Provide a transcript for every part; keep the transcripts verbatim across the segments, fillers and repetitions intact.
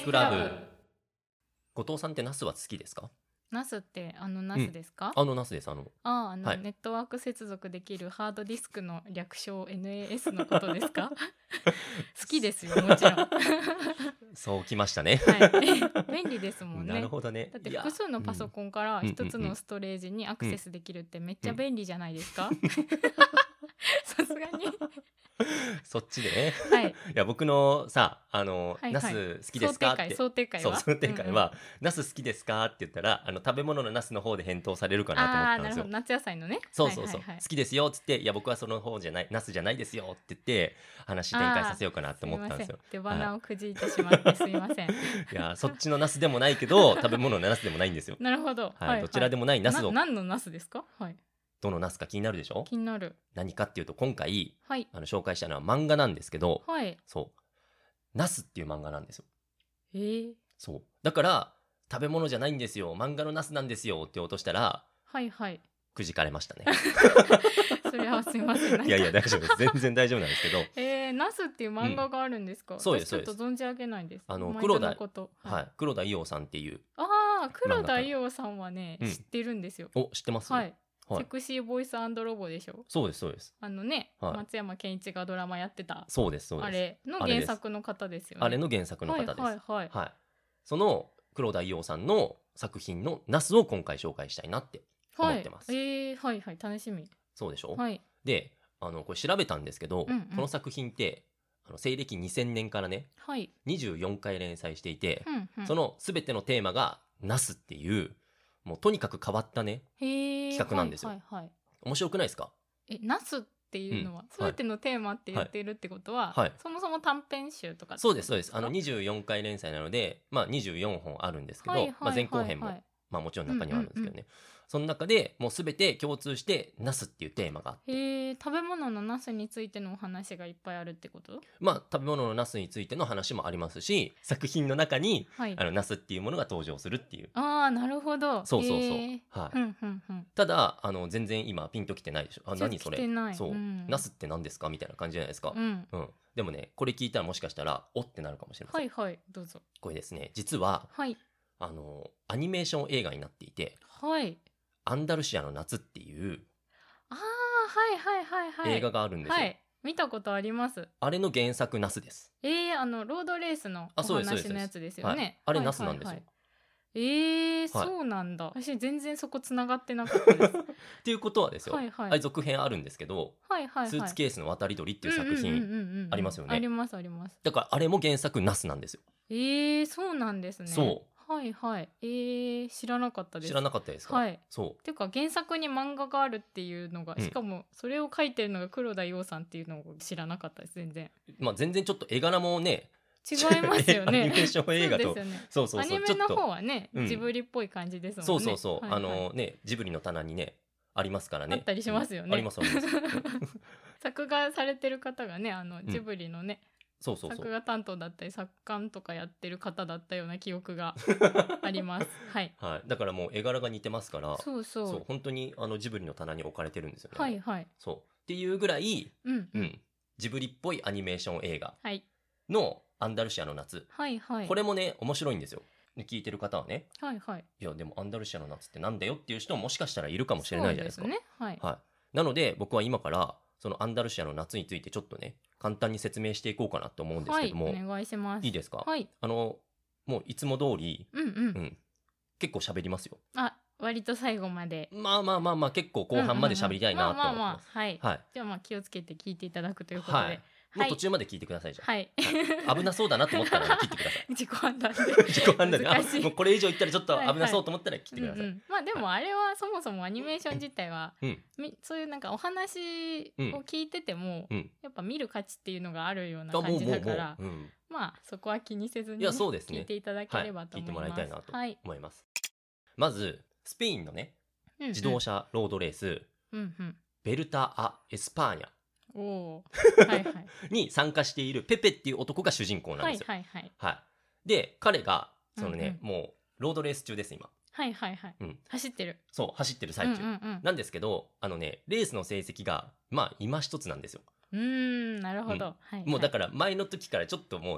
クラブ。後藤さんってナスは好きですか？ ナスってあのナスですか？ あのナスです。あのああの、 はいネットワーク接続できるハードディスクの略称 エヌエーエス のことですか？好きですよ、もちろん。はそうきましたね。 い。便利ですもんね。 なるほどね。 だっていや複数のパソコンからうん一つうんうんうんのストレージにアクセスできるってめっちゃ便利じゃないですか？さすがに。 そっちでね。 はい。 いや僕のさあの、 はいはいナス好きですかって想定会そうは想定会は、ナス好きですかって言ったらあの食べ物のナスの方で返答されるかなと思あったんですよ。 あーなるほど、夏野菜のね。 そうそうそう、 はいはいはい好きですよっつっていや僕はその方じゃないナスじゃないですよって言って話展開させようかなと思ったんですよ。 すいません、出花をくじいてしまってすいません。 いやそっちのナスでもないけど食べ物のナスでもないんですよ。 なるほど。 はい、どちらでもないナスをな何のナスですか？はい。 どのナスか気になるでしょ？ 気になる。 何かっていうと今回はいあの紹介したのは漫画なんですけど、 はい。 そうナスっていう漫画なんですよ。 えー、 そうだから食べ物じゃないんですよ漫画のナスなんですよって言おうとしたらはいはい。 くじかれましたね。 それはすいません。なんかいやいや大丈夫です全然大丈夫なんですけど、 えー、ナスっていう漫画があるんですか？ んそうです私ちょっと存じ上げないです。 あの前黒田のこと。 はい、黒田伊代さんっていうああ、黒田伊代さんはね、 うん知ってるんですよ。 お知ってます？ はい。 はいセクシーボイスロボでしょ。 そうですそうですあのね、 はい松山ケンイチがドラマやってたそうですそうですあれのあれです原作の方ですよね。 あれの原作の方です。 はいはいはい。 はい、その黒田伊代さんの作品のナスを今回紹介したいなって思ってます。 はい、えー、はいはい、楽しみ。 そうでしょ？ はい。 であのこれ調べたんですけど、 うんうんこの作品ってあの西暦にせんねんからねはい。 にじゅうよんかい連載していて、 うんうん、 その全てのテーマがナスっていうもうとにかく変わったねへー企画なんですよはいはいはい。 面白くないですか？ え、ナスっていうのは、 うんすべてのテーマって言ってるってことは、 はいそもそも短編集とかってそうことですそうですあのにじゅうよんかい連載なので、まあ、にじゅうよんほんあるんですけど、 はいはいはいはいまあ、前後編も、まあ、もちろん中にはあるんですけどね、その中でもう全て共通してナスっていうテーマがあってへえ、食べ物のナスについてのお話がいっぱいあるってこと？ まあ食べ物のナスについての話もありますし作品の中にはい。 あのナスっていうものが登場するっていうああ、なるほど。 そうそうそう、 へーはいふんふんふん。 ただあの全然今ピンときてないでしょあ何それ来てないそう、 うんナスって何ですかみたいな感じじゃないですか、 うん。 うんでもねこれ聞いたらもしかしたらおってなるかもしれません、 はいはい、どうぞ。 これですね実ははい。 あのアニメーション映画になっていてはい。 アンダルシアの夏っていうああ、はいはいはいはい。 映画があるんですよ、 はい。見たことあります。 あれの原作ナスですえー、あのロードレースのおあそうですそうです話のやつですよはいね。 あれはいナスなんですよ、 はいはいえー、 はいそうなんだ。私全然そこつながってなかったです。 っていうことはですよ、 はいはいあれ続編あるんですけど、 はいはいはい。 スーツケースの渡り鳥っていう作品、 うんうんうんうんうんありますよねありますあります。 だからあれも原作ナスなんですよ、 えー、そうなんですね。 そはいはい。えー、知らなかったです。 知らなかったですか？ はいそうていうか原作に漫画があるっていうのが、 うんしかもそれを書いてるのが黒田洋さんっていうのを知らなかったです全然。 まあ全然ちょっと絵柄もね違いますよね。 アニメーション映画とそうですよね。 そうそうアニメのそうちょっと方はね、 うんジブリっぽい感じですもんね。 そうそうそう、 はいはいあのねジブリの棚にねありますからねあったりしますよねうんありますあります作画されてる方がね、あのんジブリのね、 そうそうそう作画担当だったり作家とかやってる方だったような記憶があります。はい。 はい、だからもう絵柄が似てますからそうそう。 そう本当にあのジブリの棚に置かれてるんですよね、 はいはい。 そうっていうぐらい、 うんうん。 うん、ジブリっぽいアニメーション映画はいのアンダルシアの夏、 はいはい。 これもね面白いんですよで聞いてる方はねはいはい。 いやでもアンダルシアの夏ってなんだよっていう人ももしかしたらいるかもしれないじゃないですかそうですね。はい。 はい、なので僕は今からそのアンダルシアの夏についてちょっとね簡単に説明していこうかなと思うんですはい。 けども、 お願いします。 いいですか？ はい。 あのもういつも通り、 うんうん。 うん、結構喋りますよ。 あ、割と最後まで。 まあまあまあまあ結構後半まで喋りたいなと思ってまあまあまます。 あはい。 はい。 じゃあまあ気をつけて聞いていただくということで。 は。 はいい。 もう途中まで聞いてくださいじゃん。 はい。 危なそうだなと思ったら切ってください。 自己判断で。 自己判断で、あ難しいもうこれ以上言ったらちょっとはいはい危なそうと思ったら切ってください。 うんうん、まあでもあれはそもそもアニメーション自体は、 うんみそういうなんかお話を聞いてても、 うん。 やっぱ見る価値っていうのがあるようなあも感じうもうもうだから、 うん。 まあそこは気にせずに、 いやそうですね聞いていただければと聞いて思います。 もらいたいなとはい。 思います。まずスペインのねうんうん自動車ロードレース、 うんうん。 ベルタ・ア・エスパーニャおおー。はいはい。 に参加しているペペっていう男が主人公なんはいですよ。 はいはい。 はい。で彼がそのね、 うもうロードレース中です今。 はいはいはい。 うん。 走ってる。 そう走ってる最中、 うんうんうん。 なんですけどあのねレースの成績がまあ今一つなんですよ。 うーん、なるほど。はい。 もうだかから前の時からちょっともうね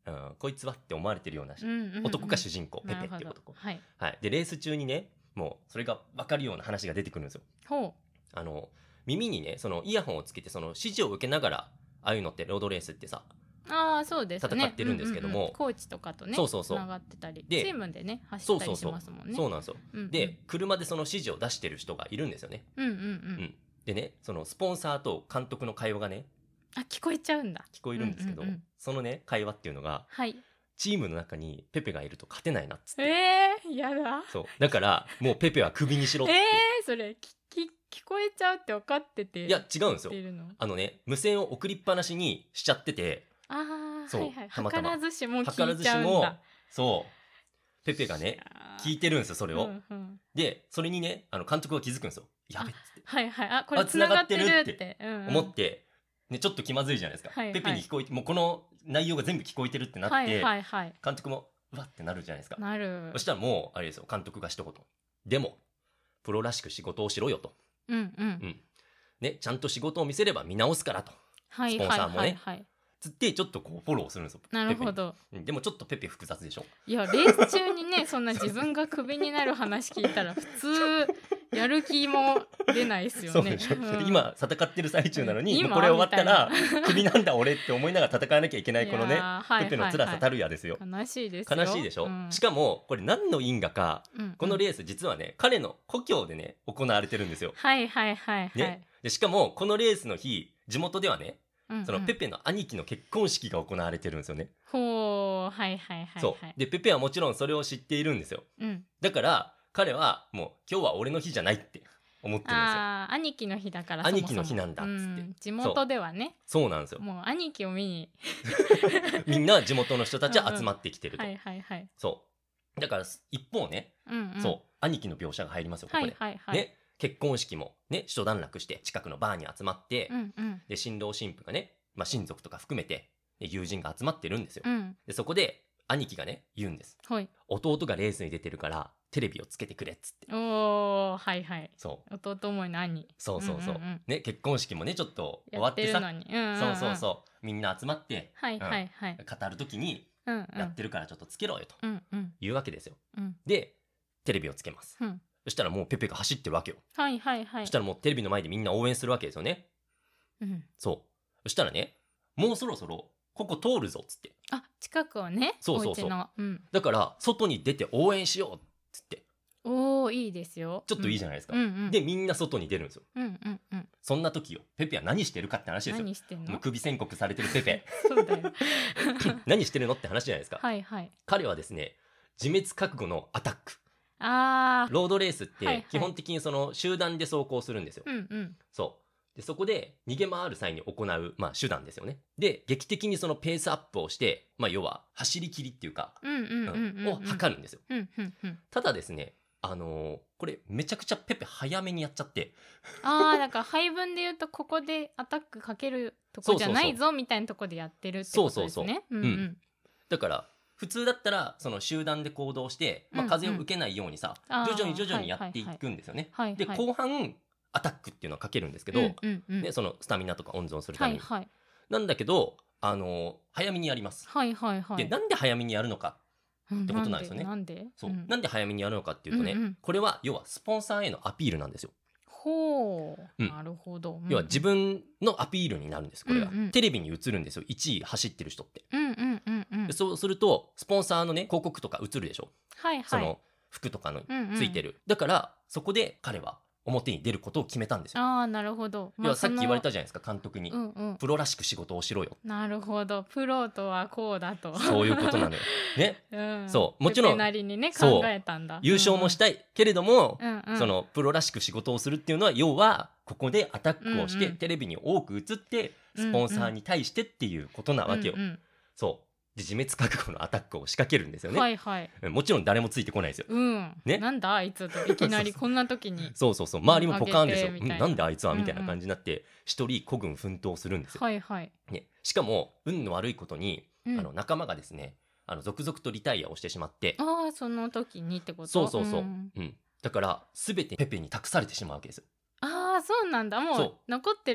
うん、こいつはって思われてるようなうんうんうん、 男が主人公、ペなるほどペっていう男、 はいはい、でレース中にねもうそれが分かるような話が出てくるんですよ。 ほあの耳にねそのイヤホンをつけてその指示を受けながらああいうのってロードレースってさうああそうですね戦ってるんですけどもうんうんうん、コーチとかとねそうそうそうつながってたりでチームでね走ったりしそうそうそうますもんね。 そうなんですよ、 うんうん、 で車でその指示を出してる人がいるんですよね。 うんうんうん、 うんでねそのスポンサーと監督の会話がねあ聞こえちゃうんだ。 聞こえるんですけど、 うんうんうん、 そのね会話っていうのがはいチームの中にペペがいると勝てないなっつって、 えー、やだそうだからもうペペはクビにしろって、 えー、それきき聞こえちゃうって分かってていや違うんですよ。 言ってるのあのね無線を送りっぱなしにしちゃってて、 あそうはいはいたまたま図らずしも図聞いちらずしもゃうんだ。 そうペペがね聞いてるんですよそれを、 うんうん、 でそれにねあの監督が気づくんですよ。やべっつってはいはいあこれつながってるってって思って、ね、ちょっと気まずいじゃないですか、 はいはい、 ペペに聞こえてもうこの内容が全部聞こえてるってなって、 はいはいはい、 監督もうわってなるじゃないですか。 なる。 そしたらもうあれですよ監督が一言でもプロらしく仕事をしろよと、 うんうんうんね、ちゃんと仕事を見せれば見直すからと、 はいスポンサーもね、 はいはいはい、 つってちょっとこうフォローするんですよ。 なるほど。 ペペにでもちょっとペペ複雑でしょ。 いやレース中にねそんな自分がクビになる話聞いたら普通やる気も出ないですよね。 そうでしょ、 うん、 今戦ってる最中なのに、 今もうこれ終わったらクビなんだ俺って思いながら戦わなきゃいけないこのね、 はいペペの辛さたるやですよ。 悲しいですよ。 悲しいでしょ、 うん、 しかもこれ何の因果か、 うんうん、 このレース実はね彼の故郷でね行われてるんですよ。 はいはいはいはい、 ね、でしかもこのレースの日地元ではね、 うんうん、 そのペペの兄貴の結婚式が行われてるんですよね。 ほうはいはいはい、はい、 そうでペペはもちろんそれを知っているんですよ、 うん、 だから彼はもう今日は俺の日じゃないって思ってるんですよ。 あ兄貴の日だからそもそも兄貴の日なんだっつって、うん、 地元ではねそうなんですよ。 もう兄貴を見にみんな地元の人たちは集まってきてると、 うんうん、はいはいはいそうだから一方ね、うんうん、そう兄貴の描写が入りますよここで、 はいはいはい、 ね結婚式もね一段落して近くのバーに集まって、 うんうん、 で新郎新婦がね、まあ、親族とか含めて友人が集まってるんですよ、 うん、 でそこで兄貴がね言うんです、 はい、 弟がレースに出てるからテレビをつけてくれっつって。 おーはいはい、 そう弟思いの兄、 そうそうそう、 うんうんうん、 ね結婚式もねちょっと終わってさやってるのに、うんうんうん、 そうそうそうみんな集まって、 はいはいはい、 うん、語る時にやってるからちょっとつけろよというわけですよ、 うんうん、 でテレビをつけます、 うん、 そしたらもうペペが走ってるわけよ。 はいはいはい、 そしたらもうテレビの前でみんな応援するわけですよね、 うん、 そうそしたらねもうそろそろここ通るぞっつって、 あ近くをねそうそうそう、 うん、 だから外に出て応援しようっつって、 おーいいですよ、 ちょっといいじゃないですか、 うんうんうん、でみんな外に出るんですよ、 うんうんうん、 そんな時よペペは何してるかって話ですよ。 何してんの？ もう首宣告されてるペペそうだよ何してるのって話じゃないですか。 はいはい、 彼はですね自滅覚悟のアタック。 あロードレースって基本的にその集団で走行するんですよ、 はいはい、うんうん、 そうでそこで逃げ回る際に行う、まあ、手段ですよね。で劇的にそのペースアップをして、まあ、要は走り切りっていうかを測るんですよ、 うんうんうん、 ただですねあのー、これめちゃくちゃペペ早めにやっちゃってああだから配分で言うとここでアタックかけるとこじゃないぞみたいなとこでやってるってことですね。 だから普通だったらその集団で行動して、まあ、風を受けないようにさ、うんうん、徐々に徐々にやっていくんですよね、はいはいはい、で後半アタックっていうのをかけるんですけど、うんうんうん、でそのスタミナとか温存するために、はいはい、なんだけど、あのー、早めにやります、はいはいはい、でなんで早めにやるのかってことなんですよね。 なんでそう、うん、なんで早めにやるのかっていうとね、うんうん、これは要はスポンサーへのアピールなんですよ。 ほう、うん、なるほど、 要は自分のアピールになるんですこれが、うんうん、テレビに映るんですよいちい走ってる人って、うんうんうんうん、でそうするとスポンサーのね広告とか映るでしょ、はいはい、その服とかのついてる、うんうん、だからそこで彼は表に出ることを決めたんですよ。 ああなるほど、 まあ、要はさっき言われたじゃないですか監督に、うんうん、プロらしく仕事をしろよ。 なるほどプロとはこうだとそういうことなのよね、うん、そうもちろんなりにね考えたんだ。 優勝もしたい、うん、けれども、 うんうん、そのプロらしく仕事をするっていうのは要はここでアタックをして、うんうん、テレビに多く映ってスポンサーに対してっていうことなわけよ、うんうん、そうで自滅覚悟のアタックを仕掛けるんですよね、はいはい、もちろん誰もついてこないですよ、 うんね、なんだあいつといきなりこんな時にそうそうそう周りもポカーンですよ、うん、なんであいつはみたいな感じになって一、うんうん、人孤軍奮闘するんですよ、 はいはいね、しかも運の悪いことに、うん、あの仲間がですねあの続々とリタイアをしてしまって、 ああその時にってこと。 そうそうそう、うんうん、だから全てペペに託されてしまうわけですよ。 ああそうなんだもう残ってる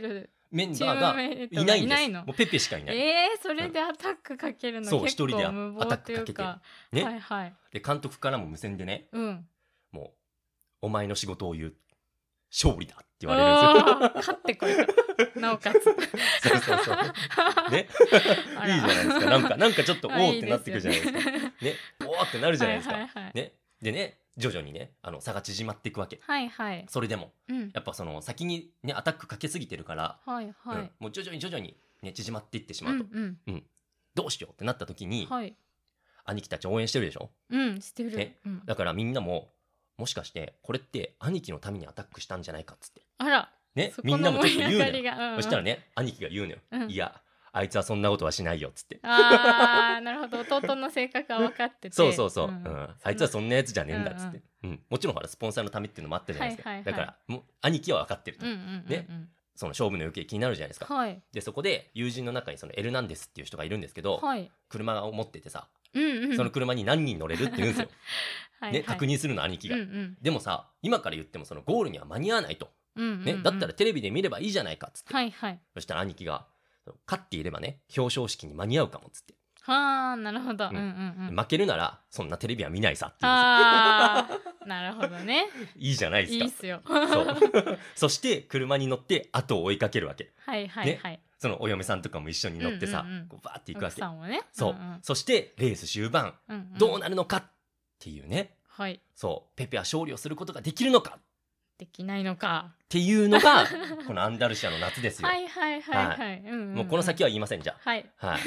メンバーがいないんです。もうペペしかいない。 えー、それでアタックかけるの結構無謀というか、 ね、 はいはい、 で監督からも無線でね、 うん、 もうお前の仕事を言う、勝利だって言われるんですよ。 勝ってこいと、なおかつそうそうそうねいいじゃないですか。なんかなんかちょっとおーってなってくるじゃないですか。ね、おーってなるじゃないですか。はいはいはい、ね、でね、徐々にね、あの差が縮まっていくわけ。 はいはい。 それでも、 うん、 やっぱその先にねアタックかけすぎてるから、 はいはい、うん、 もう徐々に徐々にね縮まっていってしまうと、 うんうんうん、 どうしようってなった時に、 はい、 兄貴たち応援してるでしょ。 うんしてる、 ね、うん、だからみんなももしかしてこれって兄貴のためにアタックしたんじゃないかっつって、 あらね、みんなもちょっと言うのよ、うんうん、そしたらね兄貴が言うのよ、うん、いやあいつはそんなことはしないよっつって。 あーなるほど、弟の性格は分かっててそうそうそう、うんうん、あいつはそんなやつじゃねえんだっつって、うんうん、もちろんほらスポンサーのためっていうのもあったじゃないですか、はいはいはい、だからもう兄貴は分かってると、うんうんうんうん、ね、その勝負の行方気になるじゃないですか、はい、でそこで友人の中にそのエルナンデスっていう人がいるんですけど、はい、車を持っててさ、うんうん、その車に何人乗れるって言うんですよはい、ね、確認するの兄貴が、うんうん、でもさ今から言ってもそのゴールには間に合わないと、うんうんうん、ね、だったらテレビで見ればいいじゃないかっつって、はいはい、そしたら兄貴が勝っていればね表彰式に間に合うかもっつって、 はあなるほど、うんうんうん、 負けるならそんなテレビは見ないさっていうあなるほどねいいじゃないですか、 いいっすよそうそして車に乗って後を追いかけるわけ、 はいはいはい、ね、 そのお嫁さんとかも一緒に乗ってさ、うんうんうん、こうバーっていくわけ、 奥さんをね、 そう、うんうん、そしてレース終盤、うんうん、どうなるのかっていうね、はい、そうペペは勝利をすることができるのかできないのかっていうのがこのアンダルシアの夏ですよはいはいはいはい、はい、うんうんうん、 もうこの先は言いませんじゃあ、はい、はい、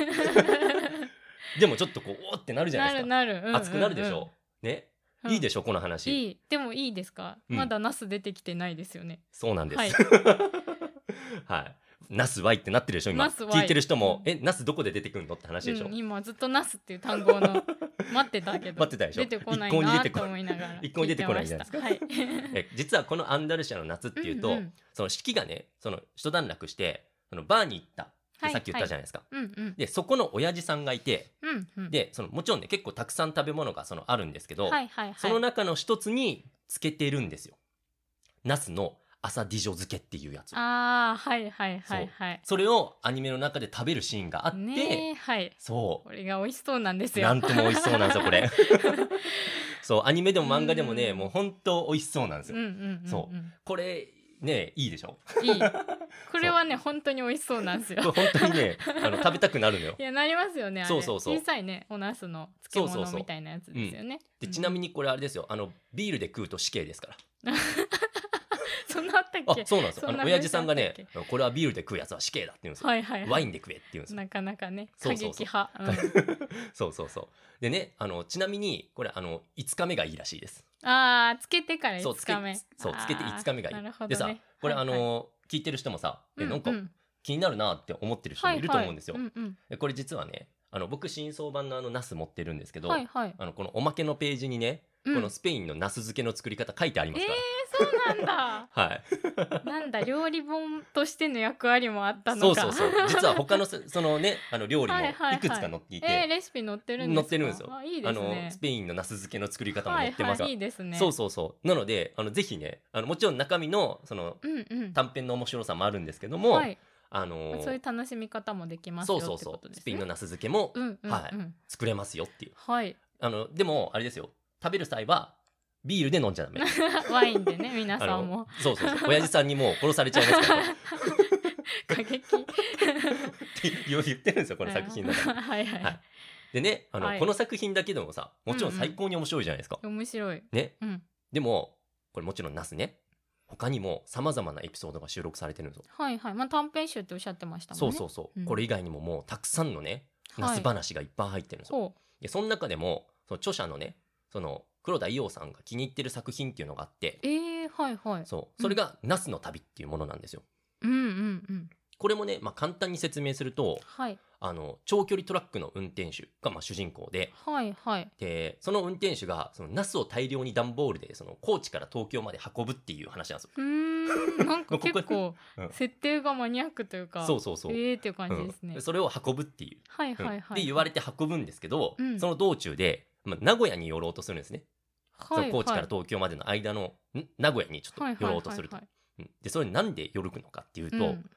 でもちょっとこうおーってなるじゃないですか、 なるなる、うんうんうん、熱くなるでしょね、うん、いいでしょこの話、 いい、でもいいですか、うん、まだナス出てきてないですよね。 そうなんです、はい、はい、ナスワイってなってるでしょ今、聞いてる人も、うん、えナスどこで出てくるのって話でしょ、うん、 今ずっとナスっていう単語の待ってたけど待ってたでしょ、 出てこないなと思いながら一向に出てこないじゃないですか、はい、え実はこのアンダルシアの夏っていうと、うんうん、その式がねその一段落してそのバーに行ったってさっき言ったじゃないですか、はいはい、うんうん、でそこの親父さんがいて、うんうん、でそのもちろんね結構たくさん食べ物がそのあるんですけど、はいはいはい、その中の一つにつけてるんですよ、ナスの朝ディジョ漬けっていうやつ。 あーはいはいはいはい、 そ, それをアニメの中で食べるシーンがあって、ね、 はい、 そうこれが美味しそうなんですよ、 なんとも美味しそうなんですよこれそうアニメでも漫画でもねもう本当美味しそうなんですよ、うんうんうんうん、そうこれねいいでしょいいこれはね本当に美味しそうなんですよこれ本当にねあの食べたくなるのよいやなりますよねあれ、 そうそうそう小さいねお茄子の漬物みたいなやつですよね、 でちなみにこれあれですよ、あのビールで食うと死刑ですからそんなあったっけ。 あ、そうなんですよ。あの親父さんがね、これはビールで食うやつは死刑だって言うんですよ、はいはいはい、ワインで食えって言うんですよ。 なかなかね過激派。 そうそうそうでね、あのちなみにこれあのいつかめがいいらしいです。 あーつけてからいつかめ、 そうつけていつかめがいい、 ね、 でさこれ、はいはい、あの聞いてる人もさ、えなんか気になるなって思ってる人もいると思うんですよ、はいはいうんうん、これ実はねあの僕新装版のあのナス持ってるんですけど、はいはい、あのこのおまけのページにね、うん、このスペインのナス漬けの作り方書いてありますから、 えー、そうなんだはいなんだ料理本としての役割もあったのか。 そうそうそう実は他のそのねあの料理もいくつか載っていて、はいはいはい、 えー、レシピ載ってるんですか。載ってるんですよ。 あ、いいですね、あのスペインのナス漬けの作り方も載ってますから、はいはい、いいですね。 そうそうそうなのであのぜひねあのもちろん中身のその、うんうん、短編の面白さもあるんですけども、はいあのー、 そういう楽しみ方もできますよってことですね。そうそうそうスペインのナス漬けも、うんうんうんはい、作れますよっていう、はい、あのでもあれですよ食べる際はビールで飲んじゃダメワインでね皆さんもそうそうそう親父さんにもう殺されちゃいますから過激って言ってるんですよこの作品の中ではいはい、はい、でねあの、はい、この作品だけでもさもちろん最高に面白いじゃないですか、 うんうん、面白いね、うん、でもこれもちろんナスね他にもさまざまなエピソードが収録されてるんですよ。 はいはい、まあ、短編集っておっしゃってましたもんね。 そうそうそう、うん、これ以外にももうたくさんのねナス話がいっぱい入ってるんですよ、はい、でその中でもその著者のねその黒田伊代さんが気に入ってる作品っていうのがあって、 えー、はいはいそうそれが、うん、ナスの旅っていうものなんですよ。 うんうんうんこれもね、まあ、簡単に説明すると、はい、あの長距離トラックの運転手がまあ主人公で、 はいはい、 でその運転手がそのナスを大量に段ボールでその高知から東京まで運ぶっていう話なんですよ。 うーんなんか結構設定がマニアックというかそうそうそうえーっていう感じですね、 うん、それを運ぶっていう、 はいはいはいはい、 で言われて運ぶんですけど、うん、その道中で、まあ、名古屋に寄ろうとするんですね、はいはい、その高知から東京までの間の名古屋にちょっと寄ろうとすると、でそれなんで寄るのかっていうと、うん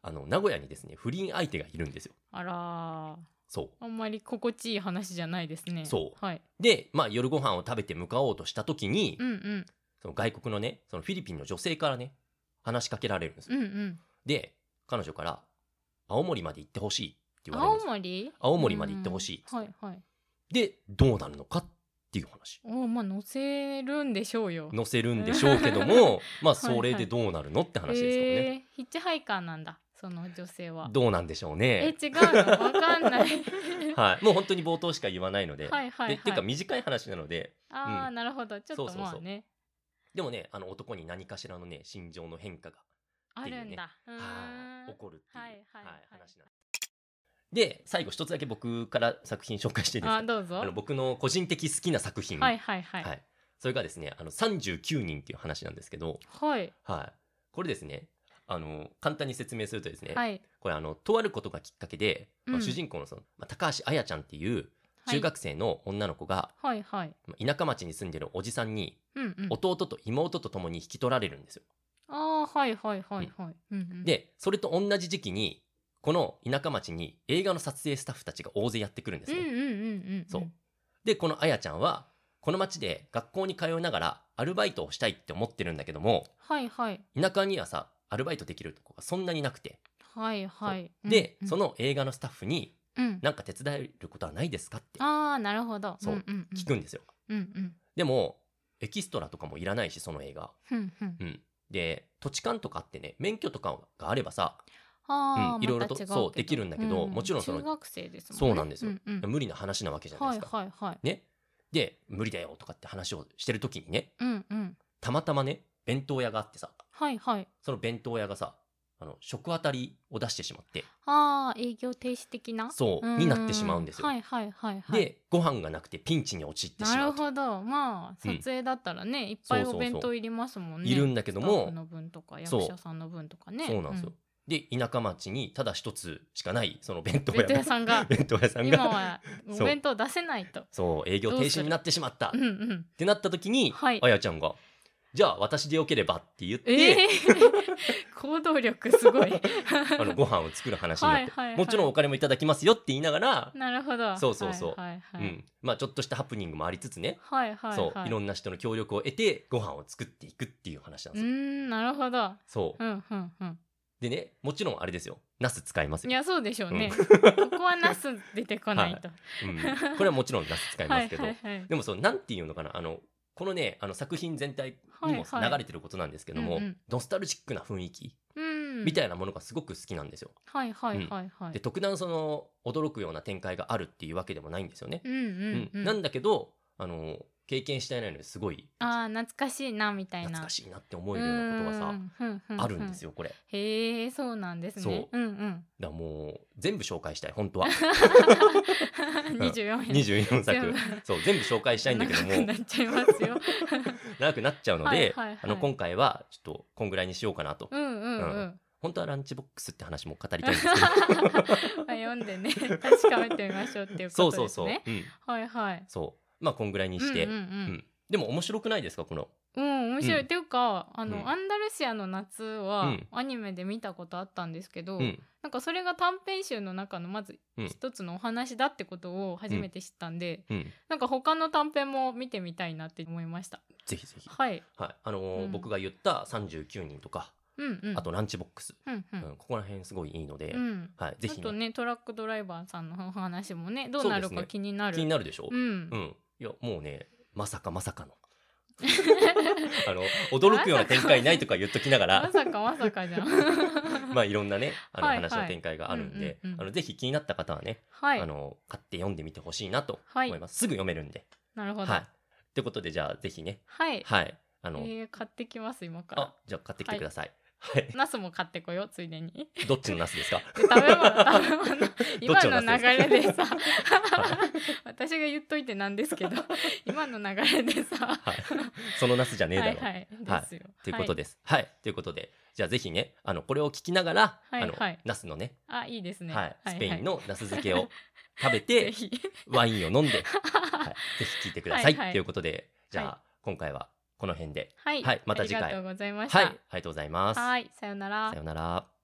あの名古屋にですね不倫相手がいるんですよ。 あら、 そうあんまり心地いい話じゃないですね。 そう、 はい、 で、まあ、夜ご飯を食べて向かおうとした時に、 うんうん、 その外国のねそのフィリピンの女性からね話しかけられるんですよ、 うんうん、 で彼女から青森まで行ってほしいって言われるんです。 青森青森まで行ってほしいっつって、 はいはい、 でどうなるのかっていう話。 おまあ乗せるんでしょうよ。 乗せるんでしょうけどもまあそれでどうなるのって話ですよね。 はいはい、えー、ヒッチハイカーなんだその女性は。 どうなんでしょうね。 え違うのわかんないはい、もう本当に冒頭しか言わないので、 はいはい、はい、 でっていうか短い話なので、 ああ、 うん、 なるほど、ちょっとまあね、そうそうそう、 でもねあの男に何かしらのね心情の変化が、ね、 あるんだ、 は起こるっていう、 はいはいはい、 話なんです。で最後一つだけ僕から作品紹介していいですか。 あどうぞ。 あの僕の個人的好きな作品、 はいはいはい、はい、 それがですねあのさんじゅうきゅうにんっていう話なんですけど、 はいはい、これですねあの簡単に説明するとですね、 はい、 これあのとあることがきっかけで、うん、まあ、主人公のその、まあ、高橋彩ちゃんっていう中学生の女の子が、 はいはいはい、 田舎町に住んでるおじさんに、 うんうん、 弟と妹と共に引き取られるんですよ。 あーはいはいはいはい、 うんうん、でそれと同じ時期にこの田舎町に映画の撮影スタッフたちが大勢やってくるんですね。そうでこのあやちゃんはこの町で学校に通いながらアルバイトをしたいって思ってるんだけども、 はいはい、 田舎にはさアルバイトできるとこがそんなになくて、 はいはい、 で、 うんうん、 その映画のスタッフに、 うん、 なんか手伝えることはないですかって、 ああなるほど、 そう、うんうんうん、聞くんですよ、うんうん、でもエキストラとかもいらないしその映画、うんうんうん、で土地勘とかあってね免許とかがあればさあ、うん、 いろいろと、ま、そうできるんだけど、 うん、 もちろんその中学生ですもんね。 そうなんですよ、 うんうん、 無理な話なわけじゃないですか、 はいはいはい、 ね、で無理だよとかって話をしてる時にね、 うんうん、 たまたまね弁当屋があってさ、 はいはい、 その弁当屋がさあの食当たりを出してしまって、 あ営業停止的なそうになってしまうんですよ。 はいはいはいはい、 でご飯がなくてピンチに陥ってしまう。 なるほど、まあ撮影だったらね、うん、いっぱいお弁当いりますもんね。 いるんだけどもスタッフの分とか役者さんの分とかね。 そうなんですよ、うん、で田舎町にただ一つしかないその弁当屋弁当屋さんが弁当屋さんが今はお弁当出せないと、 そう営業停止になってしまった、 うんうん、 ってなった時に、はい、あやちゃんがじゃあ私でよければって言って、 えー、行動力すごいあのご飯を作る話になって、はいはいはい、もちろんお金もいただきますよって言いながら、 なるほど、 そうそうそう、 はいはいはい、 うん、まあちょっとしたハプニングもありつつね、 はいはいはい、 そういろんな人の協力を得てご飯を作っていくっていう話なんですよ。 うーんなるほど、 そう、 うんうんうん、 でねもちろんあれですよナス使いますよ。 いやそうでしょうね、うん、ここはナス出てこないと、 はいうん、これはもちろんナス使いますけどはいはい、はい、でもそうなんていうのかなあのこのねあの作品全体にも流れてることなんですけども、はいはい、ノスタルジックな雰囲気、うん、みたいなものがすごく好きなんですよ。 はいはいはいはい、うん、 で特段その驚くような展開があるっていうわけでもないんですよね。 うんうんうんうん、なんだけどあの経験してないのですごいあ懐かしいなみたいな懐かしいなって思えるようなことがさ、うんうん、あるんですよこれ。 へえそうなんですね。 そう、 うんうん、 だからもう全部紹介したい本当はにじゅうよん、 にじゅうよんさくそう全部紹介したいんだけども長くなっちゃいますよ長くなっちゃうので、はいはいはい、あの今回はちょっとこんぐらいにしようかなと。 うんうんうん、うん本当はランチボックスって話も語りたいんですけど読んでね確かめてみましょうっていうことですね。 そうそうそう、うん、 はいはいそうまあこんぐらいにして、うんうんうんうん、でも面白くないですかこの。 うん面白い、うん、っていうかあの、うん、アンダルシアの夏はアニメで見たことあったんですけど、うん、なんかそれが短編集の中のまず一つのお話だってことを初めて知ったんで、うん、なんか他の短編も見てみたいなって思いました。 ぜひぜひ、 はい、 はい、あのーうん、僕が言ったさんじゅうきゅうにんとか、うんうん、あとランチボックス、うんうんうん、ここら辺すごいいいので、うんはい、ぜひ、ね、 あとねトラックドライバーさんのお話もねどうなるか気になる、 ね、気になるでしょ、 うんうん、 いやもうねまさかまさかのあの驚くような展開ないとか言っときながらまさかまさかじゃんまあいろんなねあの話の展開があるんで、あのぜひ気になった方はね、はい、あの買って読んでみてほしいなと思います、はい、すぐ読めるんで。 なるほど、 はい、ってことでじゃあぜひねはい、 はい、あの、 えー、買ってきます今から。 あじゃあ買ってきてください、はいはい、ナスも買ってこようついでに。 どっちのナスですか？ 食べ物食べ物今の流れでさ、はい、私が言っといてなんですけど今の流れでさ、はい、 そのナスじゃねえだろ。 はいはいですよ。 ということです。はい、ということでじゃあぜひねあのこれを聞きながら、はい、あの、はい、ナスのねあいいですね、 はい、スペインのナス漬けを食べてワインを飲んで、はい、ぜひ聞いてください、はいはい、ということでじゃあ、はい、今回はこの辺で、 はい、 はい、また次回ありがとうございました。 はい、ありがとうございます。 はい、さよなら。 さよなら。